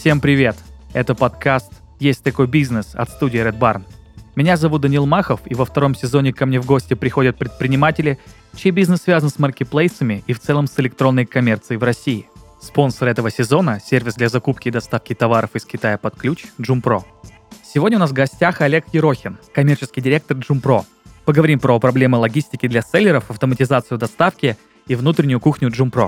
Всем привет! Это подкаст «Есть такой бизнес» от студии Red Barn. Меня зовут Данил Махов, и во втором сезоне ко мне в гости приходят предприниматели, чей бизнес связан с маркетплейсами и в целом с электронной коммерцией в России. Спонсор этого сезона – сервис для закупки и доставки товаров из Китая под ключ Joom-Pro. Сегодня у нас в гостях Олег Ерохин, коммерческий директор Joom-Pro. Поговорим про проблемы логистики для селлеров, автоматизацию доставки и внутреннюю кухню Joom-Pro.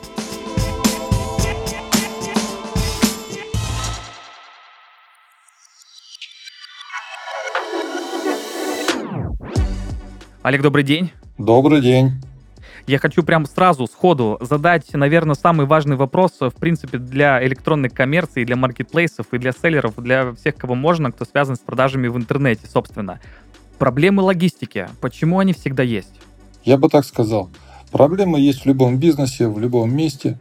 Олег, добрый день. Добрый день. Я хочу прям сразу, сходу задать, наверное, самый важный вопрос, в принципе, для электронной коммерции, для маркетплейсов и для селлеров, для всех, кого можно, кто связан с продажами в интернете, собственно. Проблемы логистики. Почему они всегда есть? Я бы так сказал. Проблемы есть в любом бизнесе, в любом месте.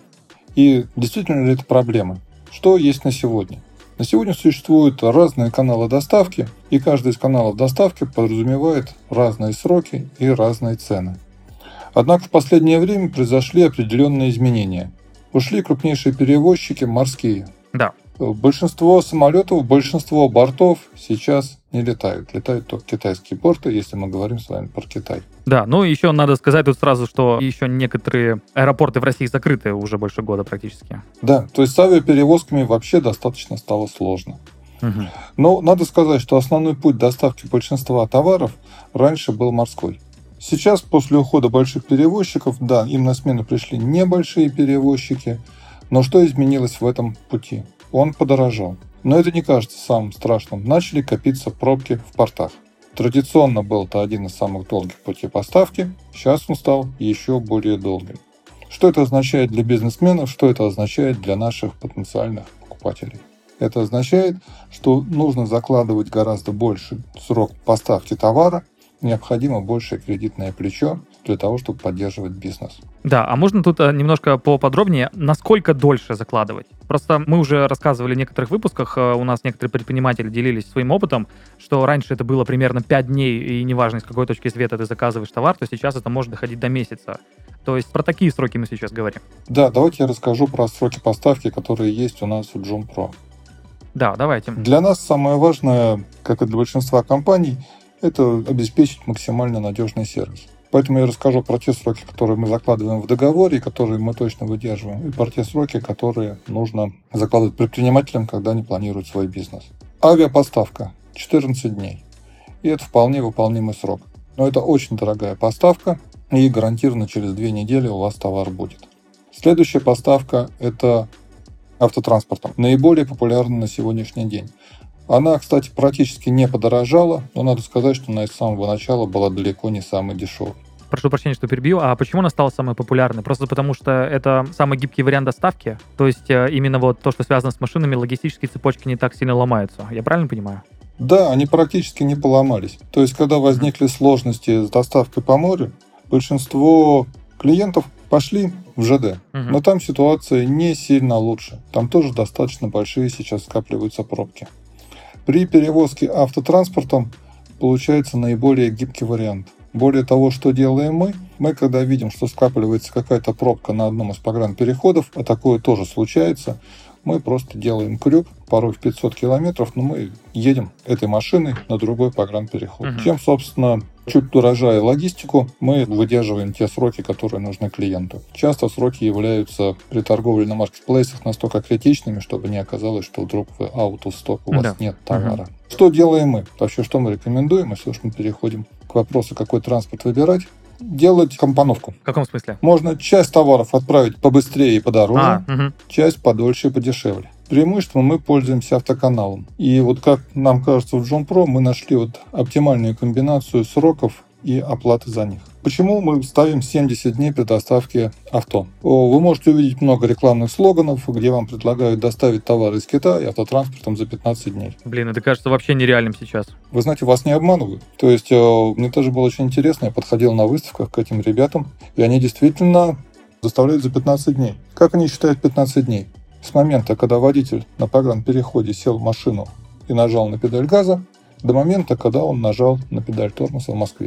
И действительно ли это проблемы? Что есть на сегодня? На сегодня существуют разные каналы доставки, и каждый из каналов доставки подразумевает разные сроки и разные цены. Однако в последнее время произошли определенные изменения. Ушли крупнейшие перевозчики морские. Да. Большинство самолетов, большинство бортов сейчас не летают. Летают только китайские порты, если мы говорим с вами про Китай. Да, ну еще надо сказать тут сразу, что еще некоторые аэропорты в России закрыты уже больше года практически. Да, то есть с авиаперевозками вообще достаточно стало сложно. Угу. Но надо сказать, что основной путь доставки большинства товаров раньше был морской. Сейчас, после ухода больших перевозчиков, да, им на смену пришли небольшие перевозчики, но что изменилось в этом пути? Он подорожал. Но это не кажется самым страшным. Начали копиться пробки в портах. Традиционно был это один из самых долгих путей поставки, сейчас он стал еще более долгим. Что это означает для бизнесменов, что это означает для наших потенциальных покупателей? Это означает, что нужно закладывать гораздо больше срок поставки товара, необходимо большее кредитное плечо для того, чтобы поддерживать бизнес. Да, а можно тут немножко поподробнее, насколько дольше закладывать? Просто мы уже рассказывали в некоторых выпусках, у нас некоторые предприниматели делились своим опытом, что раньше это было примерно 5 дней, и неважно, из какой точки света ты заказываешь товар, то сейчас это может доходить до месяца. То есть про такие сроки мы сейчас говорим. Да, давайте я расскажу про сроки поставки, которые есть у нас в Joom-Pro. Да, давайте. Для нас самое важное, как и для большинства компаний, это обеспечить максимально надежный сервис. Поэтому я расскажу про те сроки, которые мы закладываем в договоре, и которые мы точно выдерживаем, и про те сроки, которые нужно закладывать предпринимателям, когда они планируют свой бизнес. Авиапоставка 14 дней. И это вполне выполнимый срок. Но это очень дорогая поставка, и гарантированно через 2 недели у вас товар будет. Следующая поставка – это автотранспортом. Наиболее популярна на сегодняшний день. Она, кстати, практически не подорожала, но надо сказать, что она с самого начала была далеко не самой дешевой. Прошу прощения, что перебью. А почему она стала самой популярной? Просто потому, что это самый гибкий вариант доставки? То есть именно вот то, что связано с машинами, логистические цепочки не так сильно ломаются. Я правильно понимаю? Да, они практически не поломались. То есть, когда возникли сложности с доставкой по морю, большинство клиентов пошли в ЖД. Но там ситуация не сильно лучше. Там тоже достаточно большие сейчас скапливаются пробки. При перевозке автотранспортом получается наиболее гибкий вариант. Более того, что делаем мы? Мы, когда видим, что скапливается какая-то пробка на одном из погранпереходов, а такое тоже случается, мы просто делаем крюк, порой в 500 километров, но мы едем этой машиной на другой погранпереход. Чем, собственно, чуть дорожая логистику, мы выдерживаем те сроки, которые нужны клиенту. Часто сроки являются при торговле на маркетплейсах настолько критичными, чтобы не оказалось, что вдруг вы out of stock, у вас нет товара. Что делаем мы? Вообще, что мы рекомендуем, если уж мы переходим к вопросу, какой транспорт выбирать? Делать компоновку. В каком смысле? Можно часть товаров отправить побыстрее и подороже, часть подольше и подешевле. Преимущественно мы пользуемся автоканалом. И вот как нам кажется в Joom-Pro, мы нашли вот оптимальную комбинацию сроков и оплаты за них. Почему мы ставим 70 дней при доставке авто? Вы можете увидеть много рекламных слоганов, где вам предлагают доставить товар из Китая автотранспортом за 15 дней. Блин, это кажется вообще нереальным сейчас. Вы знаете, вас не обманывают. То есть мне тоже было очень интересно, я подходил на выставках к этим ребятам, и они действительно доставляют за 15 дней. Как они считают 15 дней? С момента, когда водитель на погранпереходе сел в машину и нажал на педаль газа, до момента, когда он нажал на педаль тормоза в Москве.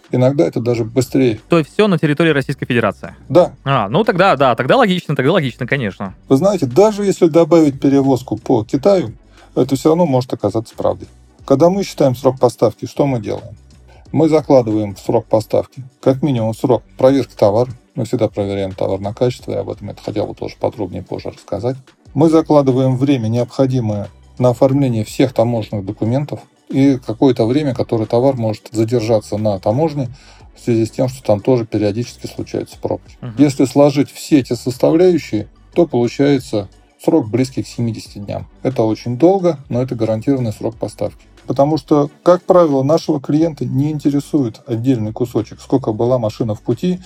Иногда это даже быстрее. То есть все на территории Российской Федерации? Да. Ну тогда, да, тогда логично, конечно. Вы знаете, даже если добавить перевозку по Китаю, это все равно может оказаться правдой. Когда мы считаем срок поставки, что мы делаем? Мы закладываем в срок поставки как минимум срок проверки товара. Мы всегда проверяем товар на качество, и об этом я хотел бы тоже подробнее позже рассказать. Мы закладываем время, необходимое на оформление всех таможенных документов, и какое-то время, которое товар может задержаться на таможне в связи с тем, что там тоже периодически случаются пробки. Если сложить все эти составляющие, то получается срок близкий к 70 дням. Это очень долго, но это гарантированный срок поставки. Потому что, как правило, нашего клиента не интересует отдельный кусочек, сколько была машина в пути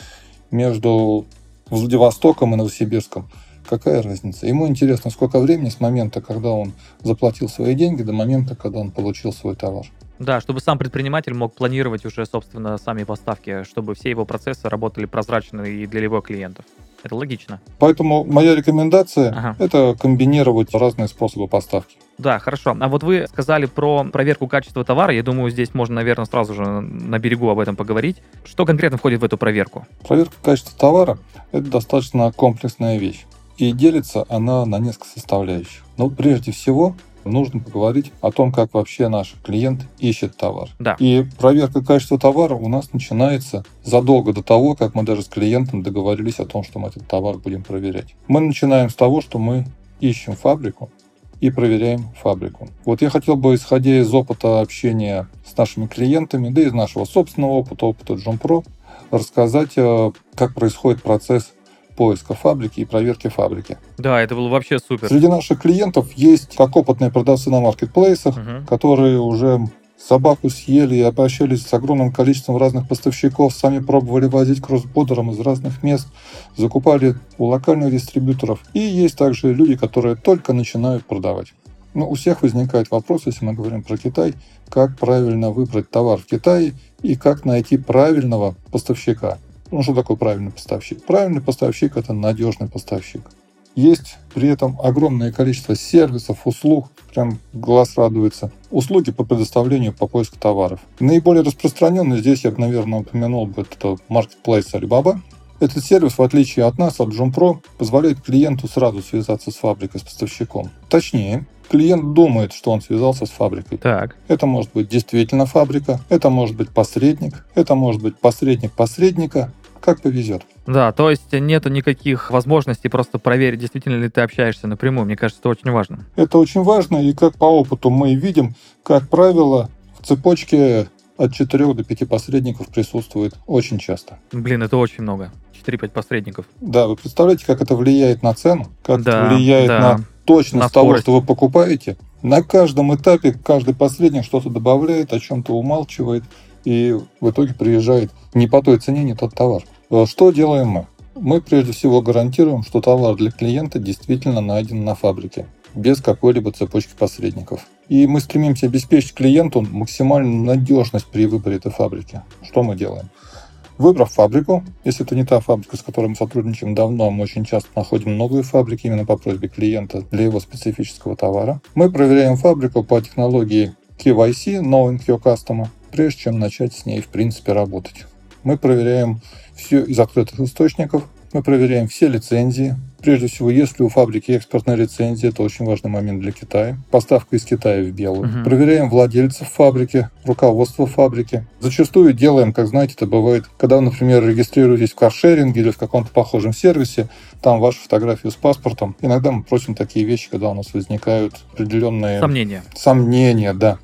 между Владивостоком и Новосибирском. Какая разница? Ему интересно, сколько времени с момента, когда он заплатил свои деньги, до момента, когда он получил свой товар. Да, чтобы сам предприниматель мог планировать уже, собственно, сами поставки, чтобы все его процессы работали прозрачно и для его клиентов. Это логично. Поэтому моя рекомендация – это комбинировать разные способы поставки. Да, хорошо. А вот вы сказали про проверку качества товара. Я думаю, здесь можно, наверное, сразу же на берегу об этом поговорить. Что конкретно входит в эту проверку? Проверка качества товара – это достаточно комплексная вещь. И делится она на несколько составляющих. Но прежде всего нужно поговорить о том, как вообще наш клиент ищет товар. Да. И проверка качества товара у нас начинается задолго до того, как мы даже с клиентом договорились о том, что мы этот товар будем проверять. Мы начинаем с того, что мы ищем фабрику и проверяем фабрику. Вот я хотел бы, исходя из опыта общения с нашими клиентами, да и из нашего собственного опыта JohnPro, рассказать, как происходит процесс поиска фабрики и проверки фабрики. Да, это было вообще супер. Среди наших клиентов есть как опытные продавцы на маркетплейсах, которые уже собаку съели и обращались с огромным количеством разных поставщиков, сами пробовали возить кроссбордером из разных мест, закупали у локальных дистрибьюторов. И есть также люди, которые только начинают продавать. Но у всех возникает вопрос, если мы говорим про Китай, как правильно выбрать товар в Китае и как найти правильного поставщика. Ну, что такое правильный поставщик? Правильный поставщик – это надежный поставщик. Есть при этом огромное количество сервисов, услуг, прям глаз радуется. Услуги по предоставлению, по поиску товаров. Наиболее распространенный здесь, я бы, наверное, упомянул бы, это Marketplace Alibaba. Этот сервис, в отличие от нас, от JohnPro, позволяет клиенту сразу связаться с фабрикой, с поставщиком. Точнее, клиент думает, что он связался с фабрикой. Так. Это может быть действительно фабрика, это может быть посредник, это может быть посредник посредника, как повезет. Да, то есть нету никаких возможностей просто проверить, действительно ли ты общаешься напрямую. Мне кажется, это очень важно. Это очень важно, и как по опыту мы видим, как правило, в цепочке от 4 до 5 посредников присутствует очень часто. Блин, это очень много. 4-5 посредников. Да, вы представляете, как это влияет на цену, как это влияет на точность того, что вы покупаете. На каждом этапе каждый посредник что-то добавляет, о чем-то умалчивает, и в итоге приезжает не по той цене, не тот товар. Что делаем мы? Мы прежде всего гарантируем, что товар для клиента действительно найден на фабрике, без какой-либо цепочки посредников. И мы стремимся обеспечить клиенту максимальную надежность при выборе этой фабрики. Что мы делаем? Выбрав фабрику, если это не та фабрика, с которой мы сотрудничаем давно, мы очень часто находим новые фабрики именно по просьбе клиента для его специфического товара. Мы проверяем фабрику по технологии KYC, Knowing Your Customer, прежде чем начать с ней в принципе работать. Мы проверяем все из открытых источников, мы проверяем все лицензии. Прежде всего, если у фабрики экспортная лицензия, это очень важный момент для Китая. Поставка из Китая в белую. Проверяем владельцев фабрики, руководство фабрики. Зачастую делаем, как знаете, это бывает, когда вы, например, регистрируетесь в каршеринге или в каком-то похожем сервисе, там вашу фотографию с паспортом. Иногда мы просим такие вещи, когда у нас возникают определенные... Сомнения, да.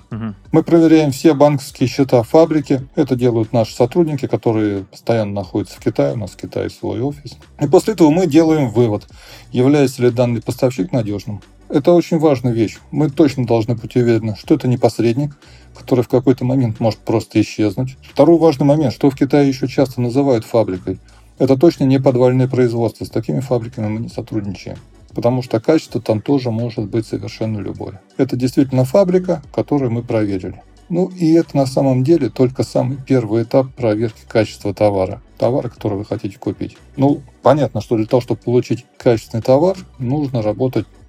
Мы проверяем все банковские счета фабрики. Это делают наши сотрудники, которые постоянно находятся в Китае. У нас в Китае свой офис. И после этого мы делаем вывод, является ли данный поставщик надежным. Это очень важная вещь. Мы точно должны быть уверены, что это не посредник, который в какой-то момент может просто исчезнуть. Второй важный момент, что в Китае еще часто называют фабрикой. Это точно не подвальное производство. С такими фабриками мы не сотрудничаем. Потому что качество там тоже может быть совершенно любое. Это действительно фабрика, которую мы проверили. Ну и это на самом деле только самый первый этап проверки качества товара. Товара, который вы хотите купить. Ну, понятно, что для того, чтобы получить качественный товар, нужно работать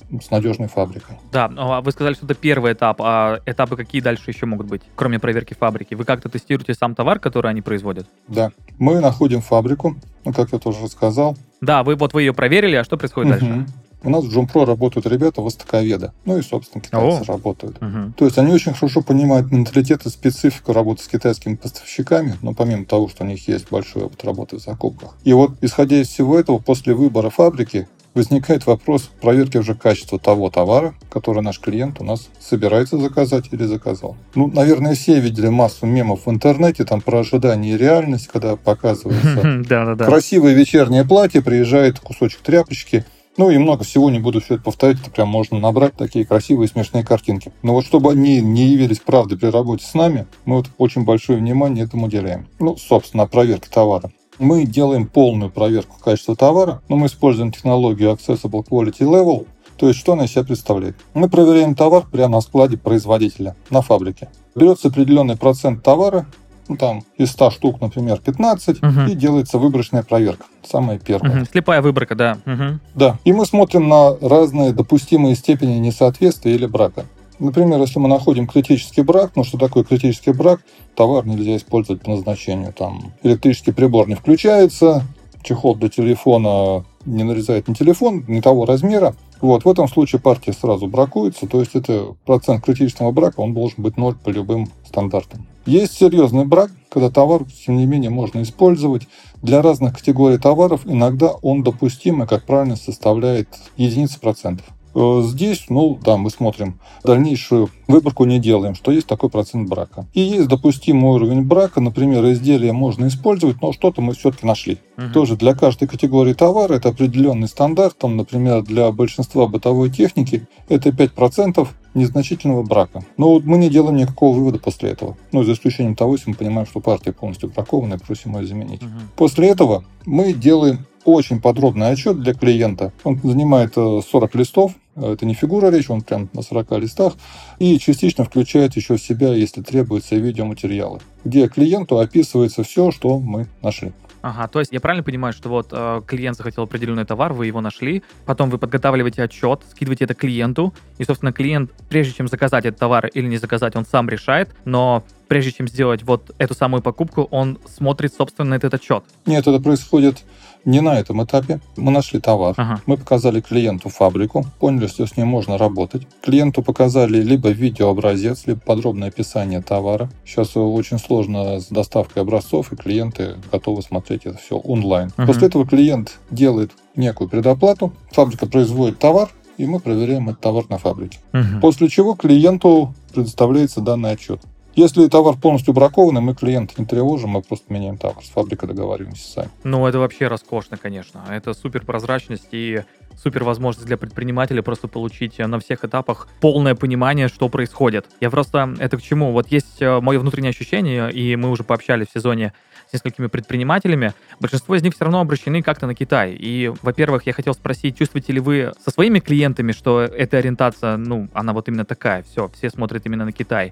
с надежной фабрикой. Да, вы сказали, что это первый этап, а этапы какие дальше еще могут быть, кроме проверки фабрики? Вы как-то тестируете сам товар, который они производят? Да, мы находим фабрику, как я тоже сказал. Да, вы ее проверили, а что происходит дальше? У нас в Джунпро работают ребята востоковеды. Ну и, собственно, китайцы работают. Угу. То есть они очень хорошо понимают менталитет и специфику работы с китайскими поставщиками, но помимо того, что у них есть большой опыт работы в закупках. И вот, исходя из всего этого, после выбора фабрики возникает вопрос проверки уже качества того товара, который наш клиент у нас собирается заказать или заказал. Ну, наверное, все видели массу мемов в интернете там про ожидание и реальность, когда показывается красивое вечернее платье, приезжает кусочек тряпочки. Ну и много всего, не буду все это повторять, это прям можно набрать такие красивые смешные картинки. Но вот чтобы они не явились правдой при работе с нами, мы вот очень большое внимание этому уделяем. Ну, собственно, проверки товара. Мы делаем полную проверку качества товара, но мы используем технологию Accessible Quality Level. То есть, что она из себя представляет? Мы проверяем товар прямо на складе производителя, на фабрике. Берется определенный процент товара, ну, там, из 100 штук, например, 15, и делается выборочная проверка. Самая первая. Слепая выборка, да. Да. И мы смотрим на разные допустимые степени несоответствия или брака. Например, если мы находим критический брак, ну что такое критический брак? Товар нельзя использовать по назначению. Там электрический прибор не включается, чехол для телефона не нарезает на телефон, не того размера. Вот, в этом случае партия сразу бракуется, то есть это процент критичного брака, он должен быть 0 по любым стандартам. Есть серьезный брак, когда товар, тем не менее, можно использовать. Для разных категорий товаров иногда он допустимый, как правильно, составляет единицы процентов. Здесь, мы смотрим, дальнейшую выборку не делаем, что есть такой процент брака. И есть допустимый уровень брака, например, изделие можно использовать, но что-то мы все-таки нашли. Тоже для каждой категории товара это определенный стандарт, там, например, для большинства бытовой техники это 5% незначительного брака. Но мы не делаем никакого вывода после этого. За исключением того, если мы понимаем, что партия полностью бракована и просим ее заменить. После этого мы делаем очень подробный отчет для клиента. Он занимает 40 листов. Это не фигура речи, он прям на 40 листах. И частично включает еще в себя, если требуется, видеоматериалы, где клиенту описывается все, что мы нашли. Ага, то есть я правильно понимаю, что вот клиент захотел определенный товар, вы его нашли, потом вы подготавливаете отчет, скидываете это клиенту, и, собственно, клиент, прежде чем заказать этот товар или не заказать, он сам решает, но прежде чем сделать вот эту самую покупку, он смотрит, собственно, на этот отчет. Нет, это происходит не на этом этапе. Мы нашли товар, мы показали клиенту фабрику, поняли, что с ней можно работать. Клиенту показали либо видеообразец, либо подробное описание товара. Сейчас очень сложно с доставкой образцов, и клиенты готовы смотреть это все онлайн. После этого клиент делает некую предоплату, фабрика производит товар, и мы проверяем этот товар на фабрике. После чего клиенту предоставляется данный отчет. Если товар полностью бракованный, мы клиента не тревожим, мы просто меняем товар. С фабрикой договариваемся сами. Это вообще роскошно, конечно. Это супер прозрачность и супер возможность для предпринимателя просто получить на всех этапах полное понимание, что происходит. Это к чему? Вот есть мое внутреннее ощущение, и мы уже пообщались в сезоне с несколькими предпринимателями. Большинство из них все равно обращены как-то на Китай. И, во-первых, я хотел спросить, чувствуете ли вы со своими клиентами, что эта ориентация, она вот именно такая, все смотрят именно на Китай?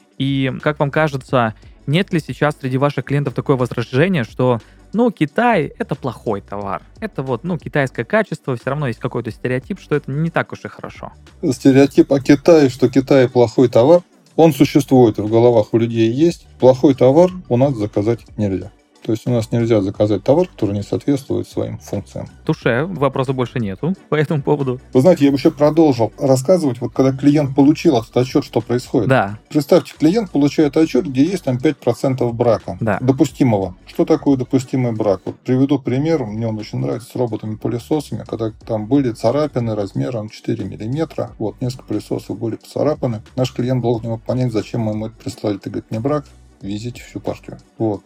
И, как вам кажется, нет ли сейчас среди ваших клиентов такое возражение, что, Китай — это плохой товар. Это китайское качество, все равно есть какой-то стереотип, что это не так уж и хорошо. Стереотип о Китае, что Китай плохой товар, он существует, и в головах у людей есть. Плохой товар у нас заказать нельзя. То есть у нас нельзя заказать товар, который не соответствует своим функциям. Туше, вопроса больше нету по этому поводу. Вы знаете, я бы еще продолжил рассказывать, когда клиент получил этот отчет, что происходит. Да. Представьте, клиент получает отчет, где есть там 5% брака. Да. Допустимого. Что такое допустимый брак? Вот приведу пример, мне он очень нравится, с роботами-пылесосами, когда там были царапины размером 4 мм. Несколько пылесосов были поцарапаны. Наш клиент должен его понять, зачем мы ему это прислали. Ты говоришь, не брак, везите всю партию.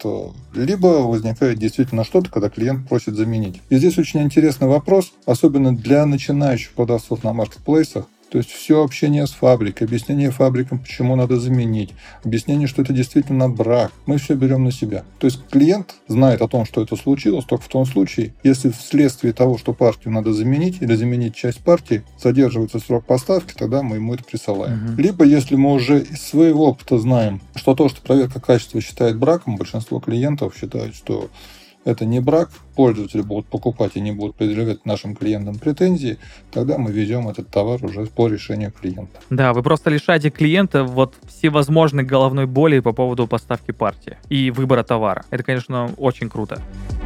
Либо возникает действительно что-то, когда клиент просит заменить. И здесь очень интересный вопрос, особенно для начинающих продавцов на маркетплейсах. То есть все общение с фабрикой, объяснение фабрикам, почему надо заменить, объяснение, что это действительно брак. Мы все берем на себя. То есть клиент знает о том, что это случилось, только в том случае, если вследствие того, что партию надо заменить или заменить часть партии, задерживается срок поставки, тогда мы ему это присылаем. Либо если мы уже из своего опыта знаем, что то, что проверка качества считает браком, большинство клиентов считают, что это не брак, пользователи будут покупать и не будут предъявлять нашим клиентам претензии, тогда мы везем этот товар уже по решению клиента. Да, вы просто лишаете клиента вот всевозможной головной боли по поводу поставки партии и выбора товара. Это, конечно, очень круто.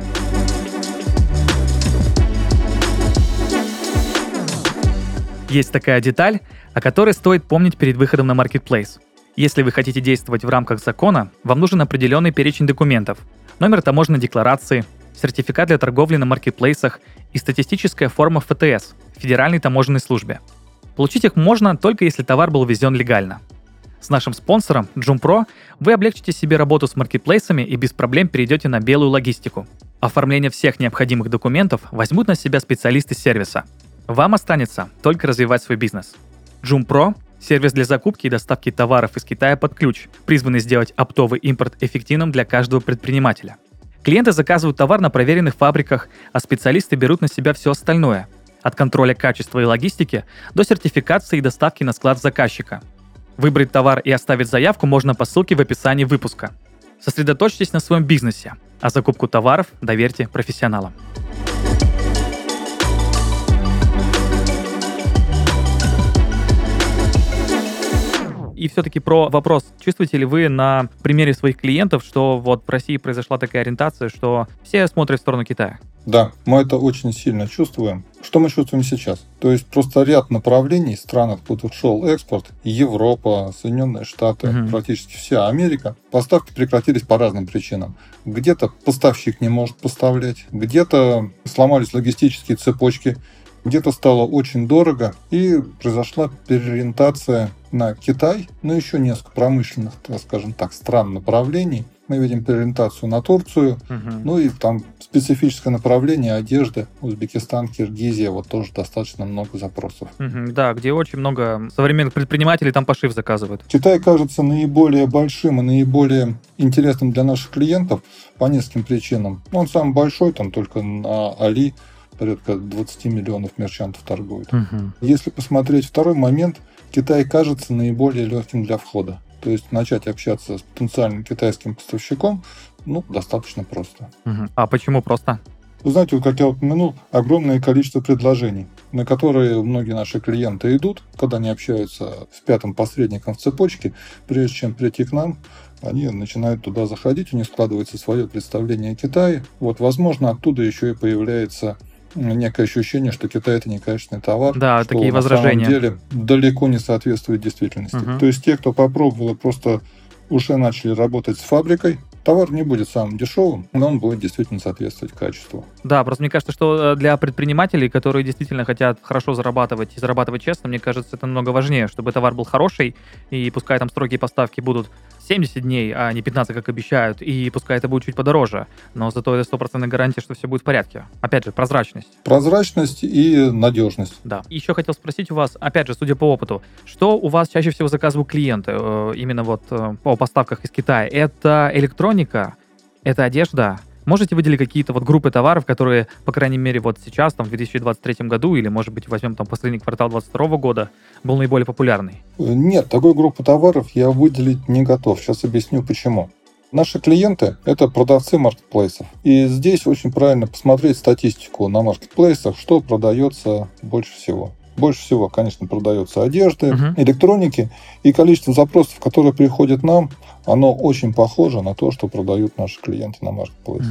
Есть такая деталь, о которой стоит помнить перед выходом на Marketplace. Если вы хотите действовать в рамках закона, вам нужен определенный перечень документов, номер таможенной декларации, сертификат для торговли на маркетплейсах и статистическая форма ФТС – Федеральной таможенной службе. Получить их можно только если товар был ввезен легально. С нашим спонсором JoomPro вы облегчите себе работу с маркетплейсами и без проблем перейдете на белую логистику. Оформление всех необходимых документов возьмут на себя специалисты сервиса. Вам останется только развивать свой бизнес. JoomPro – сервис для закупки и доставки товаров из Китая под ключ, призванный сделать оптовый импорт эффективным для каждого предпринимателя. Клиенты заказывают товар на проверенных фабриках, а специалисты берут на себя все остальное – от контроля качества и логистики до сертификации и доставки на склад заказчика. Выбрать товар и оставить заявку можно по ссылке в описании выпуска. Сосредоточьтесь на своем бизнесе, а закупку товаров доверьте профессионалам. И все-таки про вопрос. Чувствуете ли вы на примере своих клиентов, что вот в России произошла такая ориентация, что все смотрят в сторону Китая? Да, мы это очень сильно чувствуем. Что мы чувствуем сейчас? То есть просто ряд направлений стран, откуда шел экспорт, Европа, Соединенные Штаты, практически вся Америка, поставки прекратились по разным причинам. Где-то поставщик не может поставлять, где-то сломались логистические цепочки, где-то стало очень дорого, и произошла переориентация на Китай, но еще несколько промышленных, так скажем так, стран направлений. Мы видим переориентацию на Турцию, ну и там специфическое направление одежды, Узбекистан, Киргизия, вот тоже достаточно много запросов. Да, где очень много современных предпринимателей там пошив заказывают. Китай кажется наиболее большим и наиболее интересным для наших клиентов по нескольким причинам. Он самый большой, там только на Али порядка 20 миллионов мерчантов торгуют. Если посмотреть второй момент, Китай кажется наиболее легким для входа. То есть начать общаться с потенциальным китайским поставщиком, достаточно просто. А почему просто? Вы знаете, вот как я упомянул, огромное количество предложений, на которые многие наши клиенты идут, когда они общаются с пятым посредником в цепочке, прежде чем прийти к нам, они начинают туда заходить, у них складывается свое представление о Китае. Вот, возможно, оттуда еще и появляется некое ощущение, что Китай – это некачественный товар, да, что такие возражения на самом деле далеко не соответствует действительности. То есть те, кто попробовал, просто уже начали работать с фабрикой, товар не будет самым дешевым, но он будет действительно соответствовать качеству. Да, просто мне кажется, что для предпринимателей, которые действительно хотят хорошо зарабатывать и зарабатывать честно, мне кажется, это намного важнее, чтобы товар был хороший, и пускай там строгие поставки будут 70 дней, а не 15, как обещают, и пускай это будет чуть подороже, но зато это 100% гарантия, что все будет в порядке. Опять же, прозрачность. Прозрачность и надежность. Да. Еще хотел спросить у вас, опять же, судя по опыту, что у вас чаще всего заказывают клиенты именно вот по поставках из Китая? Это электроника? Это одежда? Можете выделить какие-то вот группы товаров, которые, по крайней мере, вот сейчас, там, в 2023 году, или, может быть, возьмем там последний квартал 2022 года, был наиболее популярный? Нет, такой группы товаров я выделить не готов. Сейчас объясню, почему. Наши клиенты – это продавцы маркетплейсов. И здесь очень правильно посмотреть статистику на маркетплейсах, что продается больше всего. Больше всего, конечно, продается одежды, электроники, и количество запросов, которые приходят нам, оно очень похоже на то, что продают наши клиенты на маркетплейсе.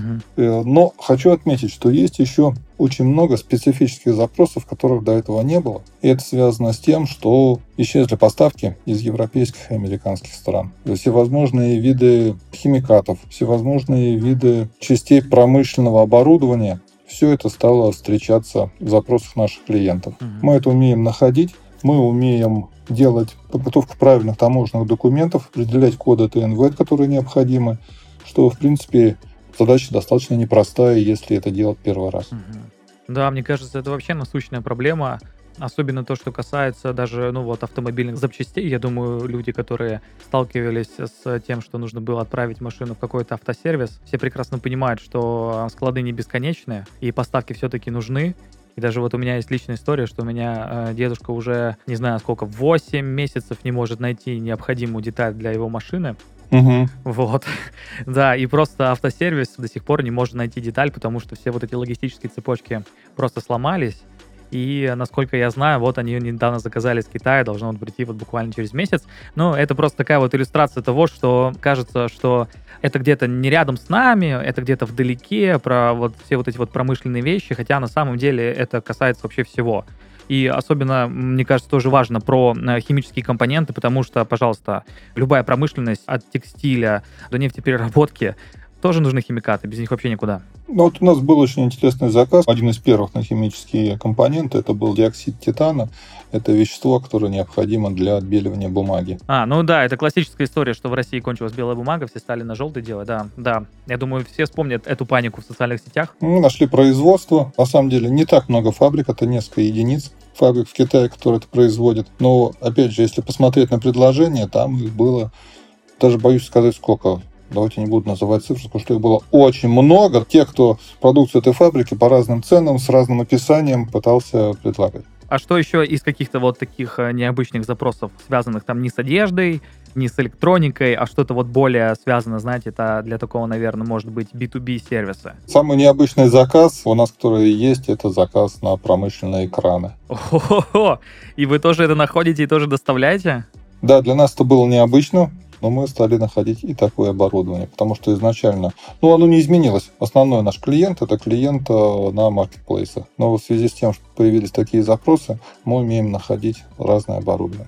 Но хочу отметить, что есть еще очень много специфических запросов, которых до этого не было. И это связано с тем, что исчезли поставки из европейских и американских стран. Всевозможные виды химикатов, всевозможные виды частей промышленного оборудования, все это стало встречаться в запросах наших клиентов. Мы это умеем находить, мы умеем делать подготовку правильных таможенных документов, определять коды ТНВ, которые необходимы, что, в принципе, задача достаточно непростая, если это делать первый раз. Да, мне кажется, это вообще насущная проблема. Особенно то, что касается даже автомобильных запчастей. Я думаю, люди, которые сталкивались с тем, что нужно было отправить машину в какой-то автосервис, все прекрасно понимают, что склады не бесконечные, и поставки все-таки нужны. И даже вот у меня есть личная история, что у меня дедушка уже, не знаю сколько, 8 месяцев не может найти необходимую деталь для его машины. Вот. Да, и просто автосервис до сих пор не может найти деталь, потому что все вот эти логистические цепочки просто сломались. И, насколько я знаю, вот они недавно заказали из Китая, должно прийти вот буквально через месяц. Но это просто такая вот иллюстрация того, что кажется, что это где-то не рядом с нами, это где-то вдалеке, про вот все вот эти вот промышленные вещи, хотя на самом деле это касается вообще всего. И особенно, мне кажется, тоже важно про химические компоненты, потому что, пожалуйста, любая промышленность от текстиля до нефтепереработки тоже нужны химикаты, без них вообще никуда. Ну, вот у нас был очень интересный заказ. Один из первых на химические компоненты, это был диоксид титана. Это вещество, которое необходимо для отбеливания бумаги. Ну да, это классическая история, что в России кончилась белая бумага, все стали на желтый делать, да. Я думаю, все вспомнят эту панику в социальных сетях. Мы нашли производство. На самом деле, не так много фабрик, это несколько единиц фабрик в Китае, которые это производят. Но, опять же, если посмотреть на предложение, там их было, даже боюсь сказать, сколько. Давайте не буду называть цифры, потому что их было очень много. Те, кто продукцию этой фабрики по разным ценам, с разным описанием пытался предлагать. А что еще из каких-то вот таких необычных запросов, связанных там не с одеждой, не с электроникой, а что-то вот более связано, знаете, это для такого, наверное, может быть B2B сервиса? Самый необычный заказ у нас, который есть, это заказ на промышленные краны. О-хо-хо! И вы тоже это находите и тоже доставляете? Да, для нас это было необычно, но мы стали находить и такое оборудование, потому что изначально, оно не изменилось. Основной наш клиент – это клиент на маркетплейсах. Но в связи с тем, что появились такие запросы, мы умеем находить разное оборудование.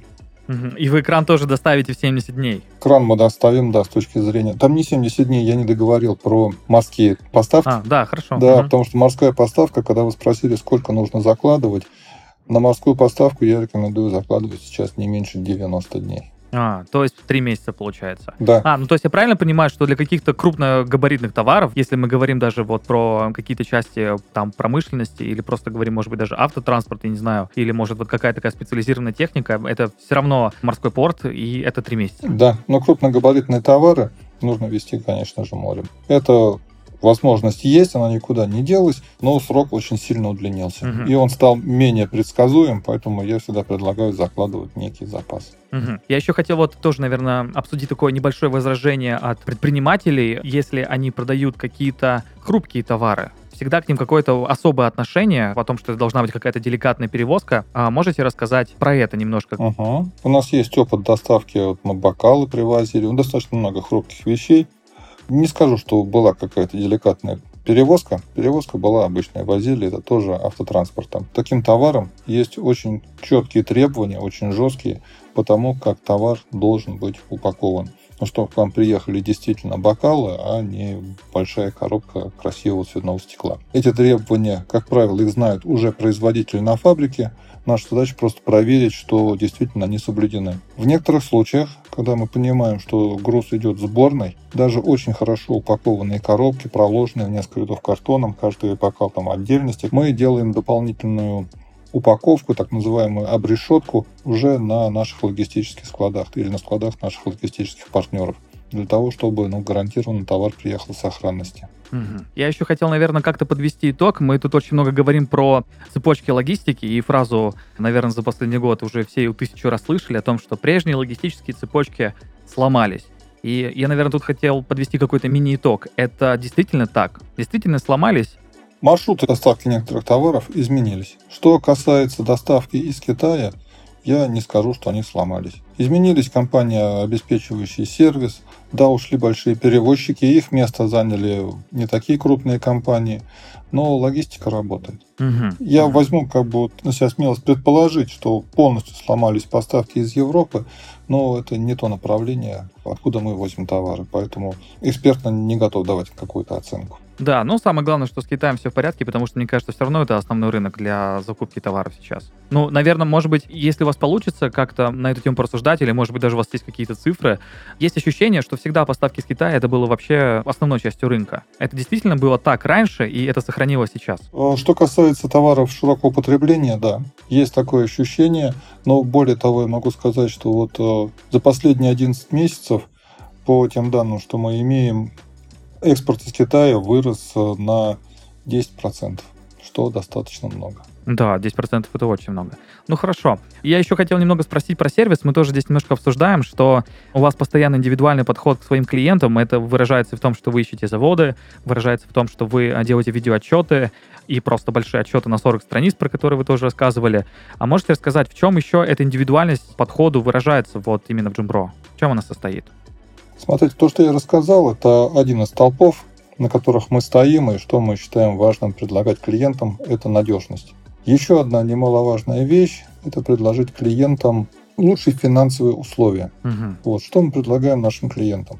И вы кран тоже доставите в 70 дней? Кран мы доставим, да, с точки зрения... Там не 70 дней, я не договорил про морские поставки. Да, хорошо. Да, потому что морская поставка, когда вы спросили, сколько нужно закладывать, на морскую поставку я рекомендую закладывать сейчас не меньше 90 дней. То есть 3 месяца получается. Да. То есть я правильно понимаю, что для каких-то крупногабаритных товаров, если мы говорим даже вот про какие-то части там промышленности или просто говорим, может быть, даже автотранспорт, я не знаю, или может вот какая-то такая специализированная техника, это все равно морской порт, и это 3 месяца. Да, но крупногабаритные товары нужно везти, конечно же, морем. Это возможность есть, она никуда не делась, но срок очень сильно удлинился. И он стал менее предсказуем, поэтому я всегда предлагаю закладывать некий запас. Я еще хотел вот тоже, наверное, обсудить такое небольшое возражение от предпринимателей, если они продают какие-то хрупкие товары. Всегда к ним какое-то особое отношение, о том, что это должна быть какая-то деликатная перевозка. Можете рассказать про это немножко? У нас есть опыт доставки, вот мы бокалы привозили, достаточно много хрупких вещей. Не скажу, что была какая-то деликатная перевозка. Перевозка была обычная. Возили это тоже автотранспортом. Таким товарам есть очень четкие требования, очень жесткие по тому, как товар должен быть упакован. Чтобы к вам приехали действительно бокалы, а не большая коробка красивого цветного стекла. Эти требования, как правило, их знают уже производители на фабрике. Наша задача просто проверить, что действительно они соблюдены. В некоторых случаях, когда мы понимаем, что груз идет сборной, даже очень хорошо упакованные коробки, проложенные в несколько рядов картоном, каждый бокал там отдельности, мы делаем дополнительную упаковку, так называемую обрешетку, уже на наших логистических складах или на складах наших логистических партнеров, для того, чтобы гарантированно товар приехал в сохранности. Я еще хотел, наверное, как-то подвести итог. Мы тут очень много говорим про цепочки логистики, и фразу, наверное, за последний год уже все 1000 раз слышали о том, что прежние логистические цепочки сломались. И я, наверное, тут хотел подвести какой-то мини-итог. Это действительно так? Действительно сломались? Маршруты доставки некоторых товаров изменились. Что касается доставки из Китая, я не скажу, что они сломались. Изменились компании, обеспечивающие сервис. Да, ушли большие перевозчики, их место заняли не такие крупные компании, но логистика работает. Я возьму на себя смелость предположить, что полностью сломались поставки из Европы, но это не то направление, откуда мы возим товары, поэтому экспертно не готов давать какую-то оценку. Да, но самое главное, что с Китаем все в порядке, потому что, мне кажется, все равно это основной рынок для закупки товаров сейчас. Наверное, может быть, если у вас получится как-то на эту тему порассуждать, или, может быть, даже у вас есть какие-то цифры, есть ощущение, что всегда поставки с Китая это было вообще основной частью рынка. Это действительно было так раньше, и это сохранилось сейчас? Что касается товаров широкого потребления, да, есть такое ощущение, но более того, я могу сказать, что за последние 11 месяцев, по тем данным, что мы имеем, экспорт из Китая вырос на 10%, что достаточно много. Да, 10% это очень много. Ну хорошо. Я еще хотел немного спросить про сервис. Мы тоже здесь немножко обсуждаем, что у вас постоянно индивидуальный подход к своим клиентам. Это выражается в том, что вы ищете заводы, выражается в том, что вы делаете видеоотчеты и просто большие отчеты на 40 страниц, про которые вы тоже рассказывали. А можете рассказать, в чем еще эта индивидуальность подходу выражается вот именно в Jumbro? В чем она состоит? Смотрите, то, что я рассказал, это один из столпов, на которых мы стоим, и что мы считаем важным предлагать клиентам, это надежность. Еще одна немаловажная вещь – это предложить клиентам лучшие финансовые условия. Вот, что мы предлагаем нашим клиентам?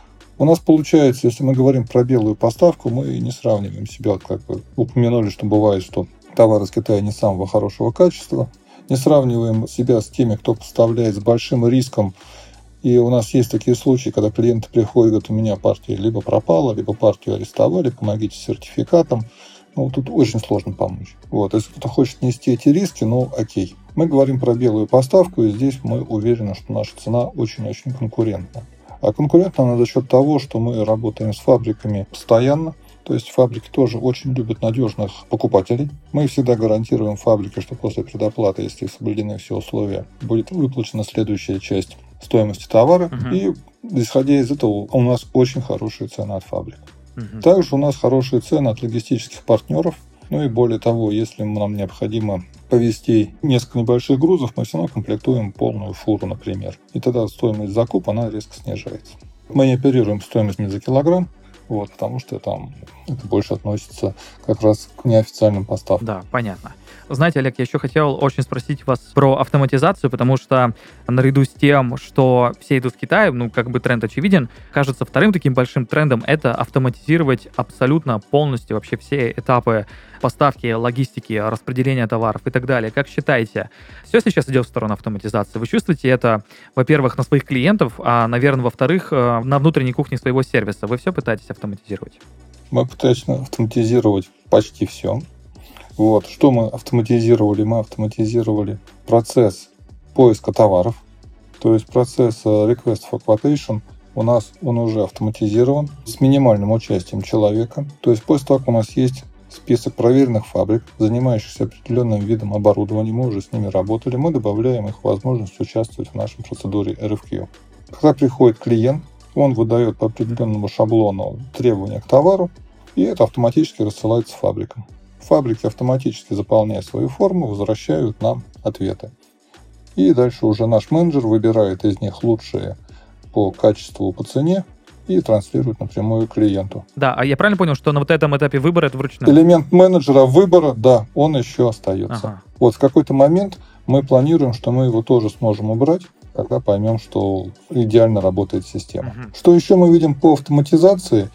У нас получается, если мы говорим про белую поставку, мы не сравниваем себя, вот как вы упомянули, что бывает, что товар из Китая не самого хорошего качества, не сравниваем себя с теми, кто поставляет с большим риском. И у нас есть такие случаи, когда клиенты приходят и говорят, у меня партия либо пропала, либо партию арестовали, помогите с сертификатом. Ну, тут очень сложно помочь. Вот. Если кто-то хочет нести эти риски, ну, окей. Мы говорим про белую поставку, и здесь мы уверены, что наша цена очень-очень конкурентна. А конкурентна она за счет того, что мы работаем с фабриками постоянно. То есть фабрики тоже очень любят надежных покупателей. Мы всегда гарантируем фабрике, что после предоплаты, если соблюдены все условия, будет выплачена следующая часть стоимости товара. И исходя из этого у нас очень хорошая цена от фабрик. Также у нас хорошие цены от логистических партнеров. Ну и более того, если нам необходимо повезти несколько небольших грузов, мы все равно комплектуем полную фуру, например. И тогда стоимость закупа, она резко снижается. Мы не оперируем стоимость не за килограмм, вот, потому что это больше относится как раз к неофициальным поставкам. Да, понятно. Знаете, Олег, я еще хотел очень спросить вас про автоматизацию, потому что наряду с тем, что все идут в Китай, ну, как бы тренд очевиден, кажется, вторым таким большим трендом это автоматизировать абсолютно полностью вообще все этапы поставки, логистики, распределения товаров и так далее. Как считаете, все сейчас идет в сторону автоматизации? Вы чувствуете это, во-первых, на своих клиентов, а, наверное, во-вторых, на внутренней кухне своего сервиса? Вы все пытаетесь автоматизировать? Мы пытаемся автоматизировать почти все. Вот. Что мы автоматизировали? Мы автоматизировали процесс поиска товаров, то есть процесс request for quotation у нас он уже автоматизирован с минимальным участием человека. То есть после того, как у нас есть список проверенных фабрик, занимающихся определенным видом оборудования, мы уже с ними работали, мы добавляем их возможность участвовать в нашей процедуре RFQ. Когда приходит клиент, он выдает по определенному шаблону требования к товару, и это автоматически рассылается фабрикам. Фабрики автоматически заполняют свою форму, возвращают нам ответы. И дальше уже наш менеджер выбирает из них лучшие по качеству, по цене и транслирует напрямую клиенту. Да, а я правильно понял, что на вот этом этапе выбора это вручную? Элемент менеджера выбора, да, он еще остается. Ага. Вот в какой-то момент мы планируем, что мы его тоже сможем убрать, когда поймем, что идеально работает система. Что еще мы видим по автоматизации?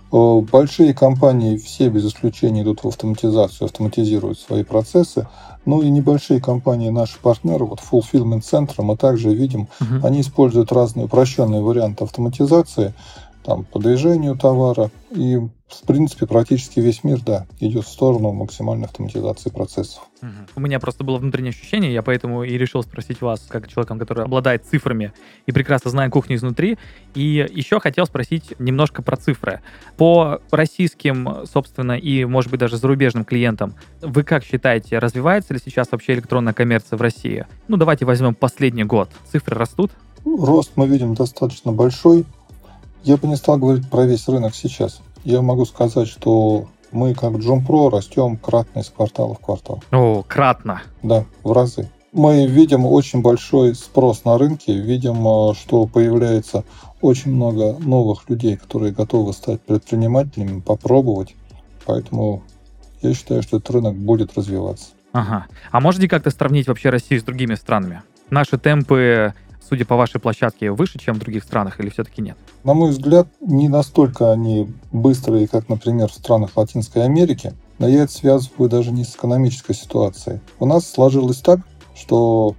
Большие компании все без исключения идут в автоматизацию, автоматизируют свои процессы. Ну и небольшие компании, наши партнеры, вот Fulfillment Center, мы также видим, они используют разные упрощенные варианты автоматизации, там, по движению товара. И, в принципе, практически весь мир, да, идет в сторону максимальной автоматизации процессов. У меня просто было внутреннее ощущение, я поэтому и решил спросить вас, как человеком, который обладает цифрами и прекрасно знает кухню изнутри. И еще хотел спросить немножко про цифры. По российским, собственно, и, может быть, даже зарубежным клиентам, вы как считаете, развивается ли сейчас вообще электронная коммерция в России? Ну, давайте возьмем последний год. Цифры растут? Рост мы видим достаточно большой. Я бы не стал говорить про весь рынок сейчас. Я могу сказать, что мы, как Jumbro, растем кратно из квартала в квартал. О, кратно. Да, в разы. Мы видим очень большой спрос на рынке, видим, что появляется очень много новых людей, которые готовы стать предпринимателями, попробовать. Поэтому я считаю, что этот рынок будет развиваться. Ага. А можете как-то сравнить вообще Россию с другими странами? Наши темпы, судя по вашей площадке, выше, чем в других странах, или все-таки нет? На мой взгляд, не настолько они быстрые, как, например, в странах Латинской Америки, но я это связываю даже не с экономической ситуацией. У нас сложилось так, что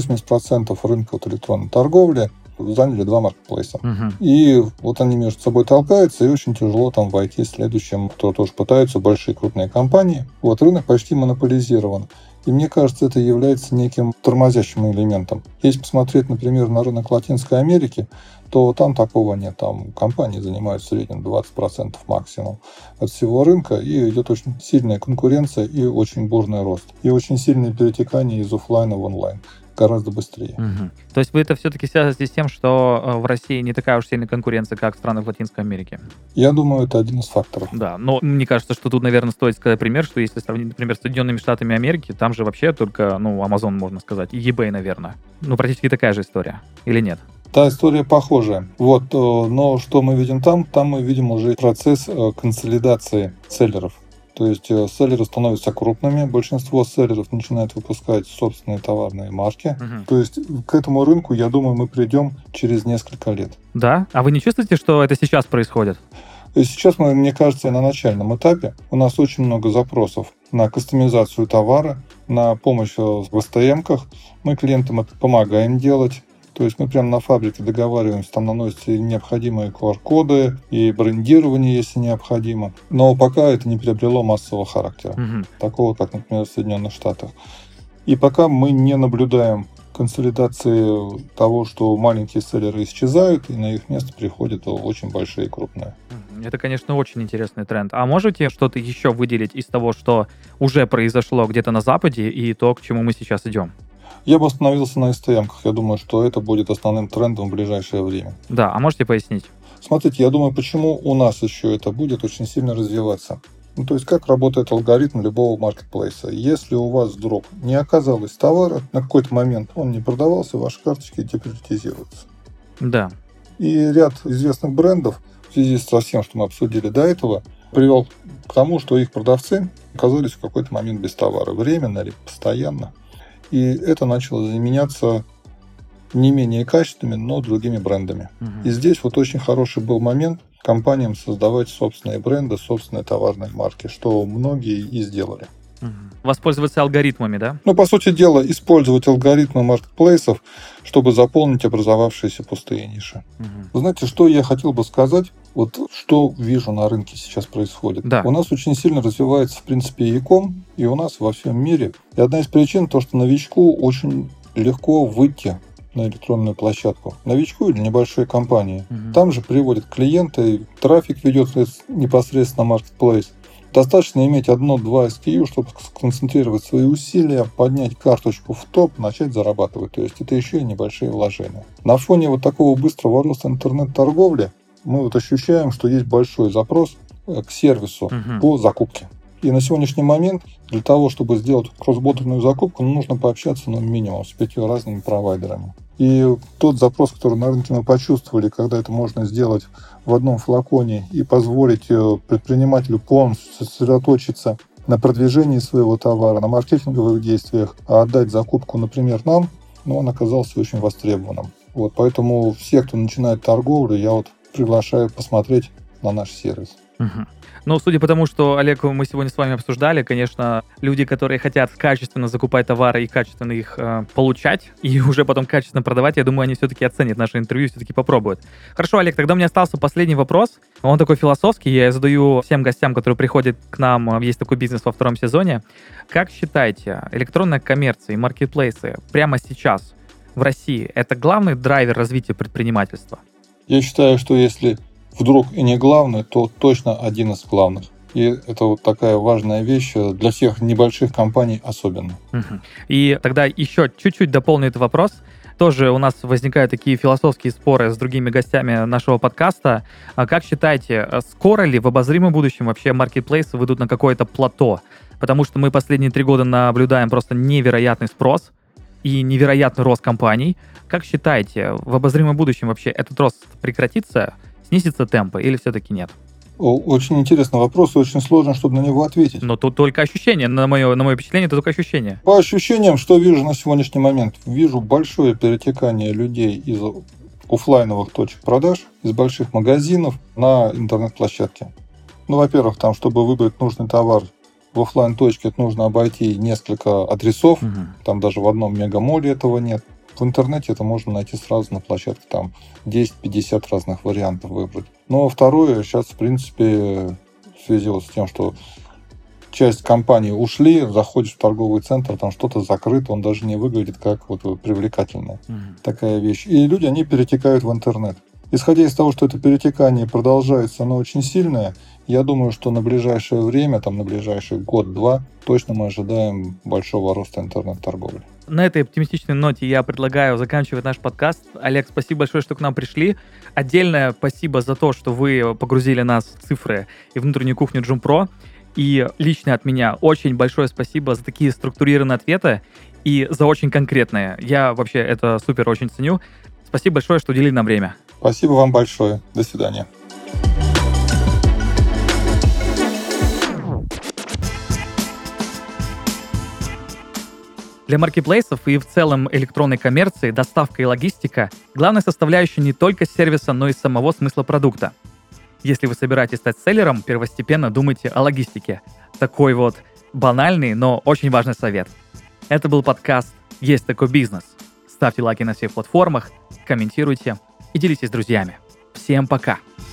80% рынка вот электронной торговли заняли два маркетплейса. И вот они между собой толкаются, и очень тяжело там войти следующим, кто тоже пытаются, большие крупные компании. Вот рынок почти монополизирован. И мне кажется, это является неким тормозящим элементом. Если посмотреть, например, на рынок Латинской Америки, то там такого нет. Там компании занимают в среднем 20% максимум от всего рынка, и идет очень сильная конкуренция и очень бурный рост. И очень сильное перетекание из офлайна в онлайн. Гораздо быстрее. Угу. То есть вы это все-таки связываете с тем, что в России не такая уж сильная конкуренция, как в странах Латинской Америки? Я думаю, это один из факторов. Да, но мне кажется, что тут, наверное, стоит сказать пример, что если сравнить, например, с Соединенными Штатами Америки, там же вообще только, Amazon, можно сказать, и eBay, наверное. Практически такая же история. Или нет? Та история похожая. Но что мы видим там? Там мы видим уже процесс консолидации селлеров. То есть селлеры становятся крупными, большинство селлеров начинают выпускать собственные товарные марки. Угу. То есть к этому рынку, я думаю, мы придем через несколько лет. Да? А вы не чувствуете, что это сейчас происходит? И сейчас мы, мне кажется, на начальном этапе. У нас очень много запросов на кастомизацию товара, на помощь в СТМ-ках. Мы клиентам это помогаем делать. То есть мы прямо на фабрике договариваемся, там наносятся необходимые QR-коды и брендирование, если необходимо. Но пока это не приобрело массового характера, такого, как, например, в Соединенных Штатах. И пока мы не наблюдаем консолидации того, что маленькие селлеры исчезают, и на их место приходят очень большие и крупные. Это, конечно, очень интересный тренд. А можете что-то еще выделить из того, что уже произошло где-то на Западе, и то, к чему мы сейчас идем? Я бы остановился на STM-ках. Я думаю, что это будет основным трендом в ближайшее время. Да, а можете пояснить? Смотрите, я думаю, почему у нас еще это будет очень сильно развиваться. То есть, как работает алгоритм любого маркетплейса. Если у вас вдруг не оказалось товара, на какой-то момент он не продавался, ваши карточки деприоритизируются. Да. И ряд известных брендов, в связи со всем, что мы обсудили до этого, привел к тому, что их продавцы оказались в какой-то момент без товара. Временно или постоянно. И это начало заменяться не менее качественными, но другими брендами. И здесь очень хороший был момент компаниям создавать собственные бренды, собственные товарные марки, что многие и сделали. Воспользоваться алгоритмами, да? По сути дела, использовать алгоритмы маркетплейсов, чтобы заполнить образовавшиеся пустые ниши. Знаете, что я хотел бы сказать? Что вижу на рынке сейчас происходит. Да. У нас очень сильно развивается, в принципе, e-com, и у нас во всем мире. И одна из причин то, что новичку очень легко выйти на электронную площадку. Новичку или небольшой компании. Там же приводят клиенты, трафик ведет непосредственно на маркетплейс. Достаточно иметь 1-2 SKU, чтобы сконцентрировать свои усилия, поднять карточку в топ, начать зарабатывать. То есть это еще и небольшие вложения. На фоне такого быстрого роста интернет-торговли мы ощущаем, что есть большой запрос к сервису по закупке. И на сегодняшний момент для того, чтобы сделать кроссбордерную закупку, нужно пообщаться минимум с 5 разными провайдерами. И тот запрос, который на рынке мы почувствовали, когда это можно сделать в одном флаконе и позволить предпринимателю полностью сосредоточиться на продвижении своего товара, на маркетинговых действиях, а отдать закупку, например, нам, он оказался очень востребованным. Поэтому все, кто начинает торговлю, я приглашаю посмотреть на наш сервис. Судя по тому, что, Олег, мы сегодня с вами обсуждали, конечно, люди, которые хотят качественно закупать товары и качественно их получать, и уже потом качественно продавать, я думаю, они все-таки оценят наше интервью, все-таки попробуют. Хорошо, Олег, тогда у меня остался последний вопрос. Он такой философский, я задаю всем гостям, которые приходят к нам, есть такой бизнес во 2 сезоне. Как считаете, электронная коммерция и маркетплейсы прямо сейчас в России — это главный драйвер развития предпринимательства? Я считаю, что если вдруг и не главный, то точно один из главных. И это такая важная вещь для всех небольших компаний особенно. И тогда еще чуть-чуть дополню этот вопрос. Тоже у нас возникают такие философские споры с другими гостями нашего подкаста. Как считаете, скоро ли в обозримом будущем вообще маркетплейсы выйдут на какое-то плато? Потому что мы последние 3 года наблюдаем просто невероятный спрос и невероятный рост компаний. Как считаете, в обозримом будущем вообще этот рост прекратится, снизится темпы или все-таки нет? Очень интересный вопрос, и очень сложно, чтобы на него ответить. Но тут только ощущение, на мое впечатление, это только ощущение. По ощущениям, что вижу на сегодняшний момент? Вижу большое перетекание людей из офлайновых точек продаж, из больших магазинов на интернет-площадки. Во-первых, там, чтобы выбрать нужный товар в офлайн-точке, это нужно обойти несколько адресов, там даже в одном мегамоле этого нет. В интернете это можно найти сразу на площадке, там 10-50 разных вариантов выбрать. Но второе, сейчас, в принципе, в связи с тем, что часть компании ушли, заходишь в торговый центр, там что-то закрыто, он даже не выглядит как вот привлекательная такая вещь. И люди, они перетекают в интернет. Исходя из того, что это перетекание продолжается, оно очень сильное, я думаю, что на ближайшее время, на ближайший год-два, точно мы ожидаем большого роста интернет-торговли. На этой оптимистичной ноте я предлагаю заканчивать наш подкаст. Олег, спасибо большое, что к нам пришли. Отдельное спасибо за то, что вы погрузили нас в цифры и внутреннюю кухню Джумпро. И лично от меня очень большое спасибо за такие структурированные ответы и за очень конкретные. Я вообще это супер очень ценю. Спасибо большое, что уделили нам время. Спасибо вам большое. До свидания. Для маркетплейсов и в целом электронной коммерции доставка и логистика – главная составляющая не только сервиса, но и самого смысла продукта. Если вы собираетесь стать селлером, первостепенно думайте о логистике. Такой вот банальный, но очень важный совет. Это был подкаст «Есть такой бизнес». Ставьте лайки на всех платформах, комментируйте и делитесь с друзьями. Всем пока!